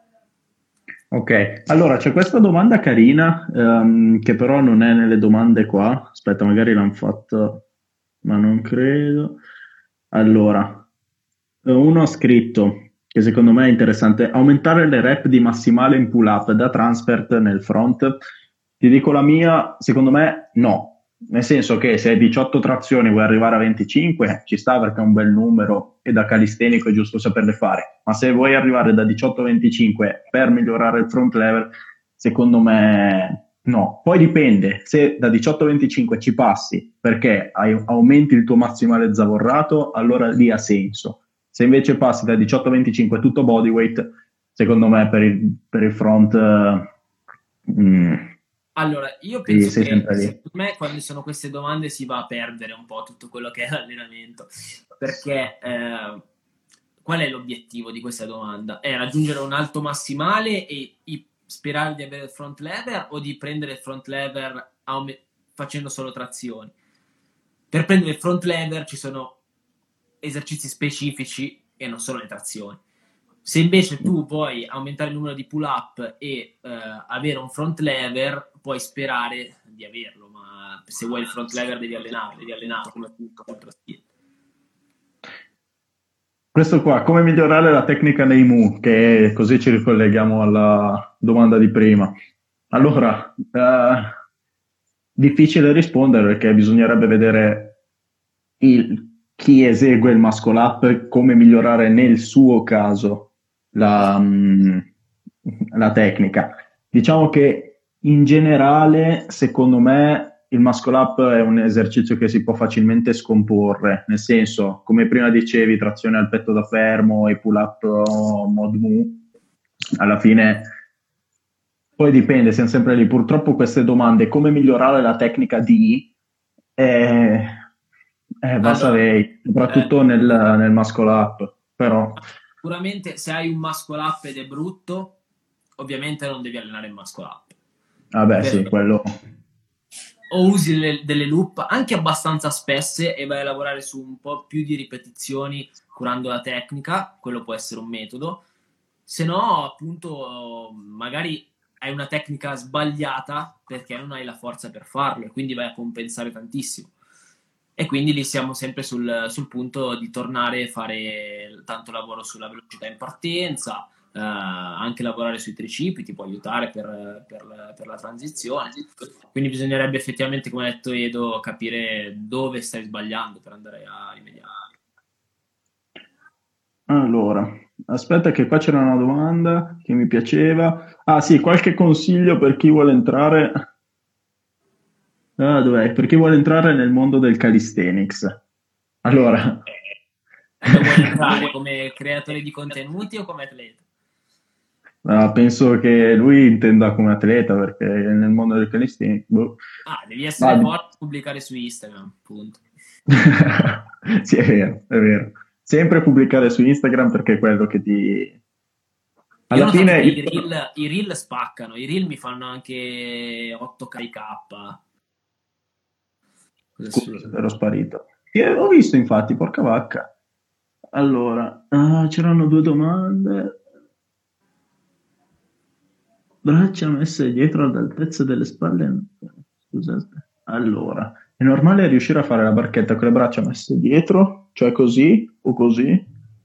Ok, allora c'è questa domanda carina ehm, che però non è nelle domande qua. Aspetta, magari l'hanno fatto, ma non credo. Allora, eh, uno ha scritto che secondo me è interessante: aumentare le rep di massimale in pull up da transfert nel front. Ti dico la mia, secondo me no. Nel senso che se hai diciotto trazioni vuoi arrivare a venticinque, ci sta perché è un bel numero e da calistenico è giusto saperle fare. Ma se vuoi arrivare da diciotto a venticinque per migliorare il front lever, secondo me no. Poi dipende, se da diciotto a venticinque ci passi perché hai, aumenti il tuo massimale zavorrato, allora lì ha senso. Se invece passi da diciotto a venticinque tutto bodyweight, secondo me per il, per il front... Uh, mm, Allora, io penso sì, che secondo me quando sono queste domande si va a perdere un po' tutto quello che è l'allenamento, perché eh, qual è l'obiettivo di questa domanda? È raggiungere un alto massimale e i, sperare di avere il front lever o di prendere il front lever aume- facendo solo trazioni? Per prendere il front lever ci sono esercizi specifici e non solo le trazioni. Se invece tu vuoi aumentare il numero di pull up e eh, avere un front lever, puoi sperare di averlo, ma se vuoi il front lever devi allenarlo, devi allenarlo come tutto contro skill. Questo qua, come migliorare la tecnica nei Mu, che così ci ricolleghiamo alla domanda di prima. Allora, eh, difficile rispondere perché bisognerebbe vedere il, chi esegue il muscle up, come migliorare nel suo caso la, mh, la tecnica. Diciamo che in generale, secondo me, il muscle up è un esercizio che si può facilmente scomporre, nel senso, come prima dicevi, trazione al petto da fermo e pull up mod mu, alla fine poi dipende, siamo sempre lì. Purtroppo queste domande, come migliorare la tecnica di, Eh, eh, basta Allora, lei, eh, soprattutto nel, nel muscle up, però sicuramente se hai un muscle up ed è brutto, ovviamente non devi allenare il muscle up. vabbè sì, Perché quello o usi le- delle loop anche abbastanza spesse e vai a lavorare su un po' più di ripetizioni curando la tecnica, quello può essere un metodo. Se no, appunto, magari hai una tecnica sbagliata perché non hai la forza per farlo e quindi vai a compensare tantissimo. E quindi lì siamo sempre sul, sul punto di tornare a fare tanto lavoro sulla velocità in partenza, eh, anche lavorare sui tricipiti può aiutare per, per, per la transizione. Quindi bisognerebbe effettivamente, come ha detto Edo, capire dove stai sbagliando per andare a rimediare. allora, aspetta che qua c'era una domanda che mi piaceva. Ah sì, qualche consiglio per chi vuole entrare. Ah, dov'è? Per chi vuole entrare nel mondo del calisthenics. Allora, Come vuoi entrare? Come creatore di contenuti o come atleta? ah, penso che lui intenda come atleta perché nel mondo del calisthenics, boh. Ah, devi essere Ma- forte e pubblicare su Instagram, punto. Sì, è vero, è vero. Sempre pubblicare su Instagram perché è quello che ti... Io ho Alla notato fine che i io... reel, i reel spaccano, i reel mi fanno anche otto K. Cosa è Scusa, assurdo. ero sparito. Sì, ho visto infatti, porca vacca. Allora, ah, c'erano due domande. Braccia messe dietro all'altezza delle spalle. Scusate. Allora, è normale riuscire a fare la barchetta con le braccia messe dietro, cioè così o così,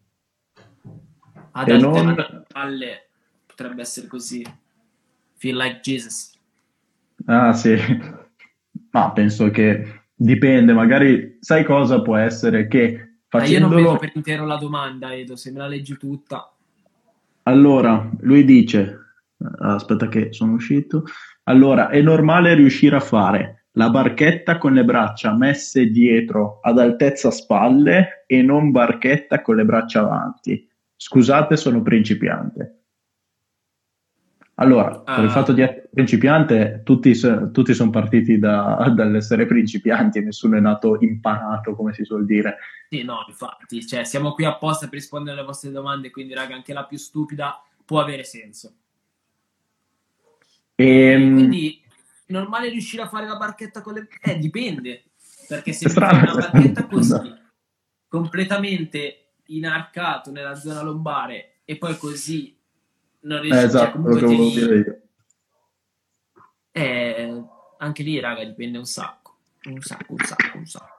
Ad e non... altezza di spalle potrebbe essere così. Feel like Jesus. Ah, sì. Ma penso che dipende, magari sai cosa può essere che Ah, io non vedo facendolo... per intero la domanda, Edo, se me la leggi tutta. Allora, lui dice, aspetta che sono uscito, allora è normale riuscire a fare la barchetta con le braccia messe dietro ad altezza spalle e non barchetta con le braccia avanti. Scusate, sono principiante. Allora, per il fatto Ah, di essere principiante, tutti, so- tutti sono partiti da- dall'essere principianti, nessuno è nato imparato, come si suol dire. sì, no, infatti, cioè, siamo qui apposta per rispondere alle vostre domande, quindi, raga, anche la più stupida può avere senso. E E, quindi, normale riuscire a fare la barchetta con le... Eh, dipende, perché se è mi fai strano. una barchetta No. così, completamente inarcato nella zona lombare, e poi così non Eh, riesci, cioè esatto, quello comunque che volevo tieni... dire io. Eh, anche lì, raga, dipende un sacco, un sacco, un sacco, un sacco.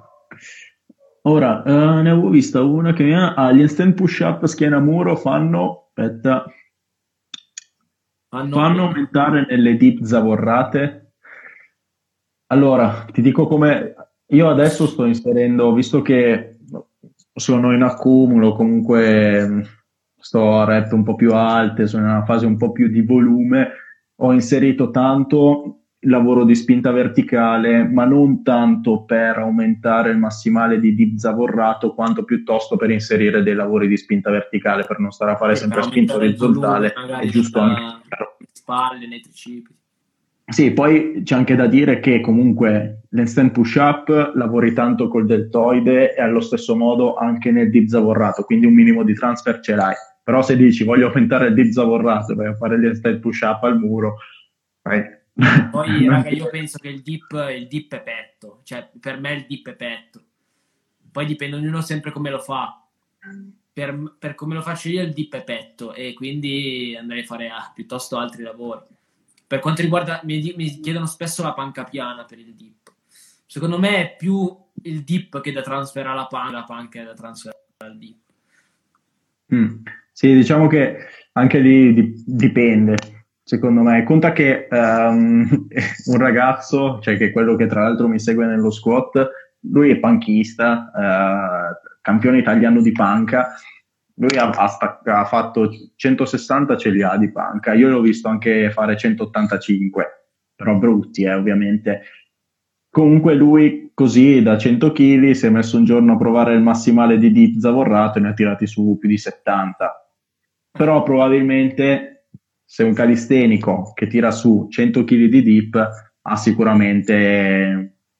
Ora, eh, ne avevo vista una che ah, gli instant push-up schiena muro fanno, aspetta, Fanno... fanno aumentare nelle dip zavorrate. Allora, ti dico come io adesso sto inserendo, visto che sono in accumulo, comunque mh, sto a rep un po' più alte, sono in una fase un po' più di volume, ho inserito tanto il lavoro di spinta verticale, ma non tanto per aumentare il massimale di dip zavorrato, quanto piuttosto per inserire dei lavori di spinta verticale, per non stare a fare Sì, per sempre spinta aumentare il volume orizzontale, è magari giusto anche... nella... nelle spalle, nei tricipiti. Sì, poi c'è anche da dire che comunque l'handstand push-up lavori tanto col deltoide e allo stesso modo anche nel dip zavorrato, quindi un minimo di transfer ce l'hai. Però se dici voglio aumentare il dip zavorrato, vai a fare gli handstand push-up al muro, vai. Poi, Non raga, ti- io penso che il dip, il dip è petto, cioè per me il dip è petto. Poi dipende ognuno sempre come lo fa. Per, per come lo faccio io il dip è petto e quindi andrei a fare ah, piuttosto altri lavori. Per quanto riguarda, mi, di- mi chiedono spesso la panca piana per il dip. Secondo me è più il dip che da transfer alla panca, la panca è da transfer al dip. Mm. Sì, diciamo che anche lì di- dipende, secondo me. Conta che ehm, un ragazzo, cioè che è quello che tra l'altro mi segue nello squat, lui è panchista, eh, campione italiano di panca. Lui ha, ha stac- ha fatto centosessanta ce li ha di panca. Io l'ho visto anche fare centottantacinque, però brutti, eh, ovviamente. Comunque lui così da cento chili si è messo un giorno a provare il massimale di dip zavorrato e ne ha tirati su più di settanta. Però probabilmente se un calistenico che tira su cento chili di dip ha sicuramente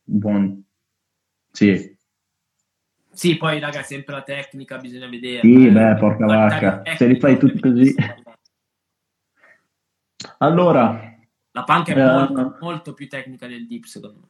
buon... Sì. Sì, poi raga, sempre la tecnica, bisogna vedere. Sì, eh, beh, porca vacca, se li fai tutti così. Allora, la panca è eh, molto, molto più tecnica del dip, secondo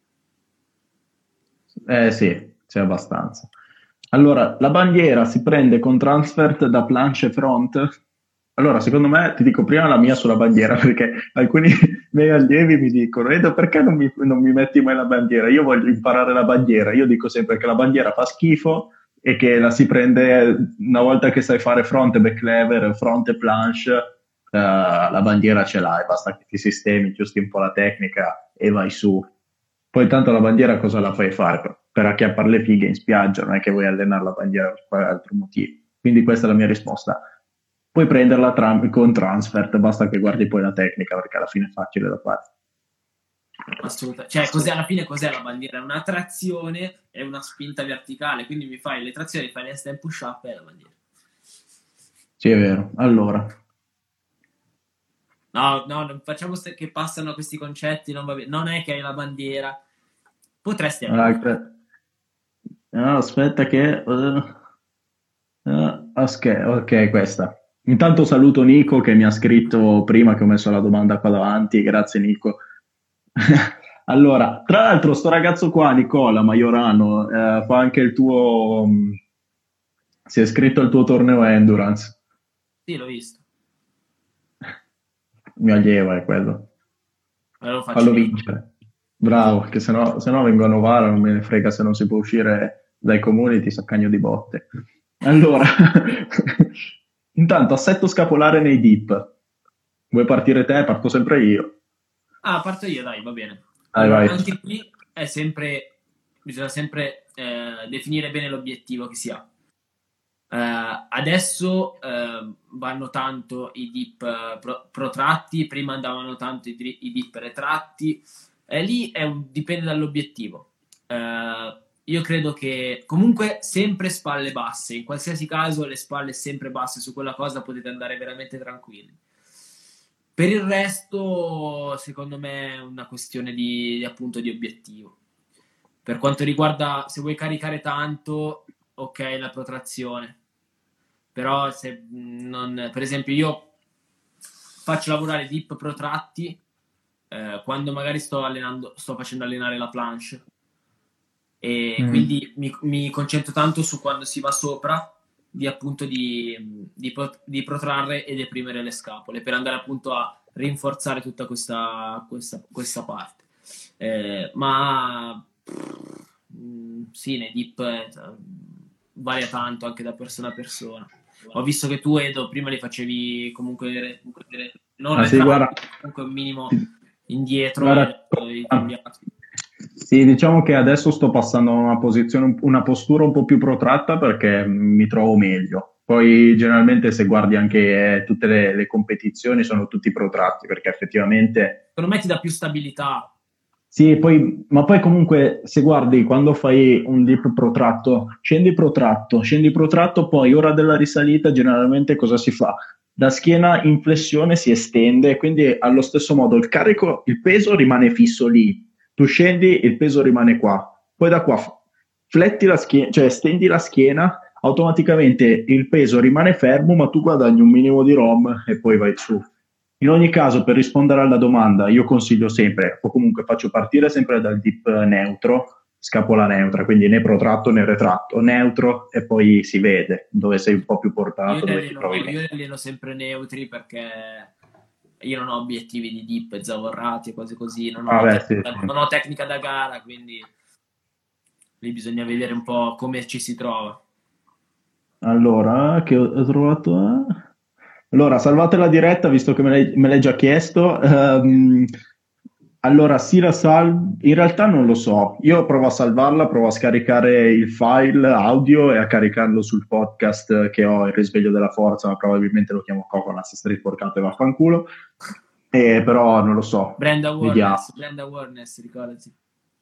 me. Eh sì, c'è abbastanza. Allora, la bandiera si prende con transfer da planche e front. Allora, secondo me, ti dico prima la mia sulla bandiera, perché alcuni miei allievi mi dicono, Edo, perché non mi, non mi metti mai la bandiera? Io voglio imparare la bandiera. Io dico sempre che la bandiera fa schifo e che la si prende una volta che sai fare front e back lever, front e planche, uh, la bandiera ce l'hai, basta che ti sistemi, giusti un po' la tecnica e vai su. Poi tanto la bandiera cosa la fai fare? Per, per acchiappare le fighe in spiaggia, non è che vuoi allenare la bandiera per quale altro motivo. Quindi questa è la mia risposta. Puoi prenderla tra- con transfert, basta che guardi poi la tecnica, perché alla fine è facile da fare. Assolutamente. Cioè, cos'è, alla fine cos'è la bandiera? È una trazione e una spinta verticale, quindi mi fai le trazioni, fai le stand push up e la bandiera. Sì, è vero. Allora. No, no, non facciamo st- che passano questi concetti, non va bene. Non è che hai la bandiera. Potresti avere. No, aspetta che... Uh, uh, ok, ok, questa. Intanto saluto Nico che mi ha scritto prima che ho messo la domanda qua davanti. Grazie Nico. Allora, tra l'altro sto ragazzo qua, Nicola Maiorano, eh, fa anche il tuo... Um, si è iscritto al tuo torneo Endurance. Sì, l'ho visto. Il mio allievo è quello. Allora lo Fallo vincere. Bravo, che sennò, sennò vengo a Novara, non me ne frega se non si può uscire dai comuni, ti saccagno di botte. Allora, intanto assetto scapolare nei dip. Vuoi partire te? Parto sempre io. Ah, parto io, dai, va bene. Dai, allora, vai. Anche qui è sempre, bisogna sempre eh, definire bene l'obiettivo che si ha. Uh, adesso uh, vanno tanto i dip uh, pro- protratti, prima andavano tanto i, dri- i dip retratti, e lì è un, dipende dall'obiettivo. Uh, io credo che comunque sempre spalle basse, in qualsiasi caso le spalle sempre basse, su quella cosa potete andare veramente tranquilli. Per il resto, secondo me, è una questione di, di appunto di obiettivo. Per quanto riguarda se vuoi caricare tanto, ok, la protrazione. Però se non, per esempio io faccio lavorare dip protratti eh, quando magari sto allenando, sto facendo allenare la planche e mm. quindi mi, mi concentro tanto su quando si va sopra di appunto di, di, di protrarre e deprimere le scapole per andare appunto a rinforzare tutta questa, questa, questa parte eh, ma mh, sì, nei dip eh, varia tanto anche da persona a persona. Ho visto che tu, Edo, prima li facevi comunque non ah, sì, guarda, comunque un minimo indietro guarda, e cambiato. Sì, diciamo che adesso sto passando a una posizione, una postura un po' più protratta perché mi trovo meglio. Poi generalmente se guardi anche eh, tutte le, le competizioni sono tutti protratti perché effettivamente... Secondo me ti dà più stabilità. Sì, poi, ma poi comunque se guardi quando fai un dip protratto, scendi protratto, scendi protratto, poi ora della risalita generalmente cosa si fa? La schiena in flessione si estende, quindi allo stesso modo il carico, il peso rimane fisso lì, tu scendi, il peso rimane qua, poi da qua fletti la schiena, cioè stendi la schiena, automaticamente il peso rimane fermo, ma tu guadagni un minimo di ROM e poi vai su. In ogni caso, per rispondere alla domanda, io consiglio sempre, o comunque faccio partire sempre dal dip neutro, scapola neutra, quindi né protratto né retratto, neutro e poi si vede dove sei un po' più portato. Io dove li ti trovi alleno, io li alleno sempre neutri perché io non ho obiettivi di dip zavorrati e cose così, non ho, ah, beh, tecnica, sì, sì. non ho tecnica da gara, quindi lì bisogna vedere un po' come ci si trova. Allora, che ho, ho trovato... Allora, salvate la diretta, visto che me l'hai, me l'hai già chiesto. Um, allora, sì, la salvo. In realtà non lo so. Io provo a salvarla, provo a scaricare il file audio e a caricarlo sul podcast che ho, Il risveglio della forza, ma probabilmente lo chiamo Coconut, se stai sporcato e vaffanculo. Eh, però non lo so. Brand awareness, brand awareness, ricordati.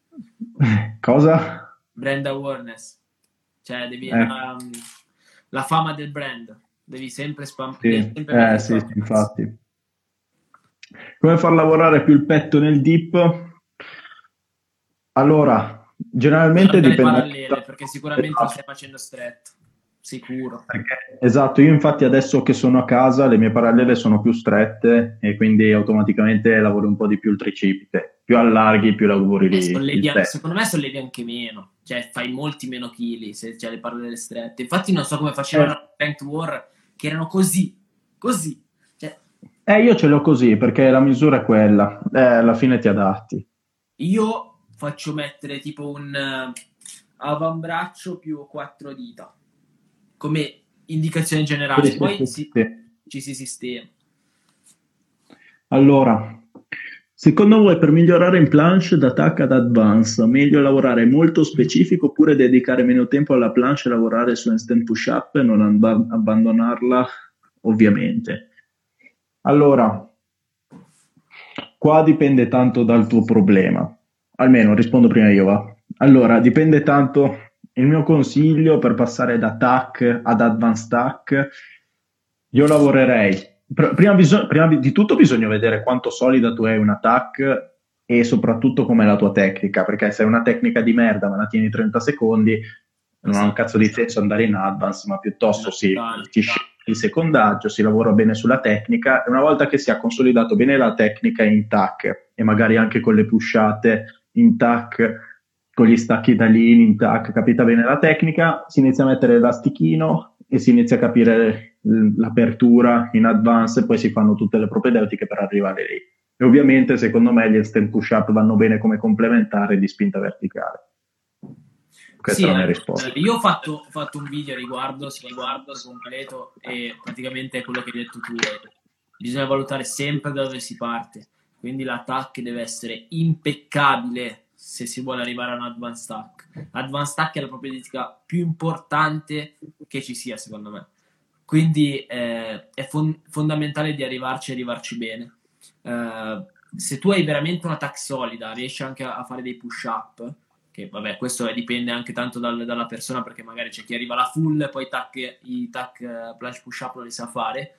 Cosa? Brand awareness. Cioè, devi... Eh. Um, la fama del brand. Devi sempre spammare. Sì, eh, sì, sì, infatti. Come far lavorare più il petto nel dip? Allora, generalmente Guarda le dipende... parallele, perché sicuramente lo stai facendo stretto, sicuro. Perché- esatto, io infatti adesso che sono a casa le mie parallele sono più strette e quindi automaticamente lavoro un po' di più il tricipite. Più allarghi, più lavori Eh, lì sollevi il an- petto. secondo me sollevi anche meno, cioè fai molti meno chili se c'hai le parallele strette. Infatti non so come facevano Eh. a Strength War, che erano così, così. Cioè, Eh, io ce l'ho così perché la misura è quella, eh, alla fine ti adatti. io faccio mettere tipo un eh, avambraccio più quattro dita, come indicazione generale, Sì, sì, poi sì, si- sì. ci si sistema. Allora, secondo voi per migliorare in planche da attack ad advance, meglio lavorare molto specifico oppure dedicare meno tempo alla planche e lavorare su handstand push-up e non abba- abbandonarla, ovviamente? Allora, qua dipende tanto dal tuo problema. Almeno rispondo prima io, va. Allora, dipende tanto. Il mio consiglio per passare da tac ad advanced tac, io lavorerei. pr- Prima, biso- prima di tutto bisogna vedere quanto solida tu hai un attack e soprattutto com'è la tua tecnica, perché se hai una tecnica di merda ma la tieni trenta secondi, non ha un Esatto. cazzo di senso andare in advance, ma piuttosto si, Fondamentale. si sceglie il secondaggio, si lavora bene sulla tecnica e una volta che si ha consolidato bene la tecnica in tac e magari anche con le pushate in tac, con gli stacchi da lean in tac, capita bene la tecnica, si inizia a mettere l'elastichino e si inizia a capire l- l'apertura in advance e poi si fanno tutte le propedeutiche per arrivare lì. E ovviamente secondo me gli handstand push-up vanno bene come complementare di spinta verticale. Questa Sì, è la mia eh, risposta. eh, io ho fatto, ho fatto un video a riguardo, si riguardo completo e praticamente è quello che hai detto tu. eh. Bisogna valutare sempre da dove si parte, quindi l'attacco deve essere impeccabile se si vuole arrivare a un advanced stack. Advanced stack è la propedeutica più importante che ci sia, secondo me. Quindi eh, è fon- fondamentale di arrivarci e arrivarci bene. Eh, se tu hai veramente una tac solida, riesci anche a, a fare dei push-up, che vabbè, questo è- dipende anche tanto dal- dalla persona, perché magari c'è chi arriva alla full e poi tac, i tac eh, planche push-up non li sa fare.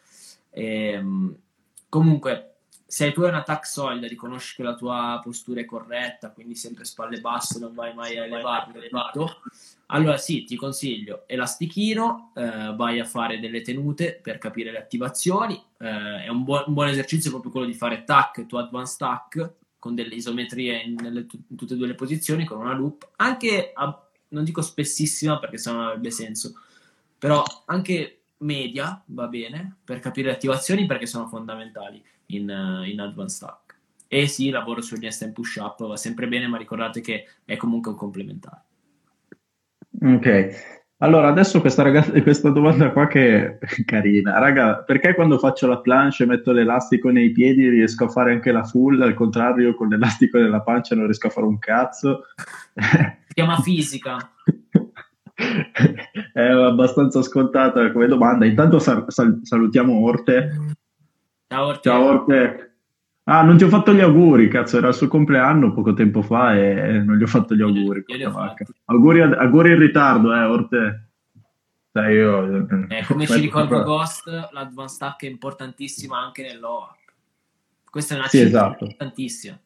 Ehm, comunque, se tu hai una tac solida, riconosci che la tua postura è corretta, quindi sempre spalle basse, non vai mai a elevarle e tutto, allora sì, ti consiglio elastichino, eh, vai a fare delle tenute per capire le attivazioni, eh, è un, buon, un buon esercizio proprio quello di fare tac to advanced tac con delle isometrie in, nelle, in tutte e due le posizioni, con una loop, anche, a, non dico spessissima perché sennò non avrebbe senso, però anche media va bene per capire le attivazioni perché sono fondamentali in, uh, in advanced tac. E sì, lavoro sugli handstand push-up, va sempre bene, ma ricordate che è comunque un complementare. Ok, allora adesso questa, ragazza, questa domanda qua che è carina. Raga, perché quando faccio la planche e metto l'elastico nei piedi riesco a fare anche la full, al contrario con l'elastico nella pancia non riesco a fare un cazzo? Si chiama fisica. È abbastanza scontata come domanda. Intanto sal- sal- salutiamo Orte. Ciao Orte. Ciao Orte. Ah, non ti ho fatto gli auguri, cazzo, era il suo compleanno poco tempo fa e non gli ho fatto gli auguri. Io li ho porca vacca. fatti. Auguri, a- auguri in ritardo, eh, Orte. Sai, io... Eh, come ci ricorda Ghost, l'advanced stack è importantissima anche nell'O A P. Questa è una Sì, cifra esatto. importantissima.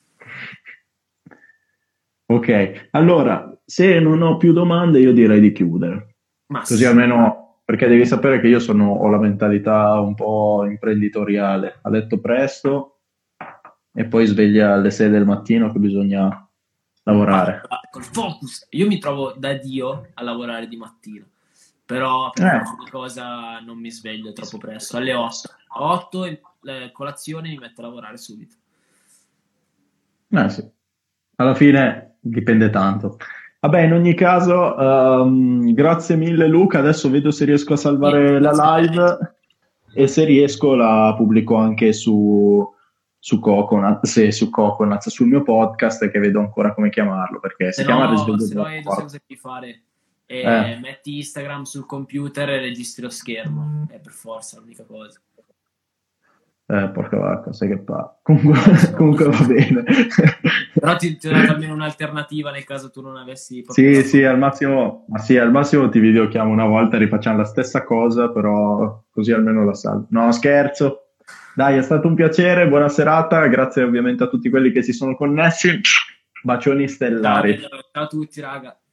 Ok, allora, se non ho più domande io direi di chiudere. Ma Così sì. almeno, perché devi sapere che io sono, ho la mentalità un po' imprenditoriale. A letto presto e poi sveglia alle sei del mattino che bisogna lavorare. Col focus. Io mi trovo da Dio a lavorare di mattina, però per Eh. forza di cosa non mi sveglio troppo presto. Alle otto. otto eh, colazione mi metto a lavorare subito. Eh sì, alla fine dipende tanto. Vabbè, in ogni caso, ehm, grazie mille Luca, adesso vedo se riesco a salvare Sì, la grazie a te. live e se riesco la pubblico anche su, su Coconut, se su Coconut, sul mio podcast che vedo ancora come chiamarlo, perché Se si chiama no, Risveglio se no della Edo, sai Forza. cosa devi fare? E Eh. metti Instagram sul computer e registri lo schermo. È per forza l'unica cosa. Eh, porca vacca, sai che fa. Comunque, comunque va bene. Però ti, ti ho dato almeno un'alternativa nel caso tu non avessi Sì, sì, al massimo, ma sì, al massimo ti videochiamo una volta e rifacciamo la stessa cosa, però così almeno la salvo. No, scherzo. Dai, è stato un piacere, buona serata, grazie ovviamente a tutti quelli che si sono connessi. Bacioni stellari. Ciao, ciao a tutti, raga.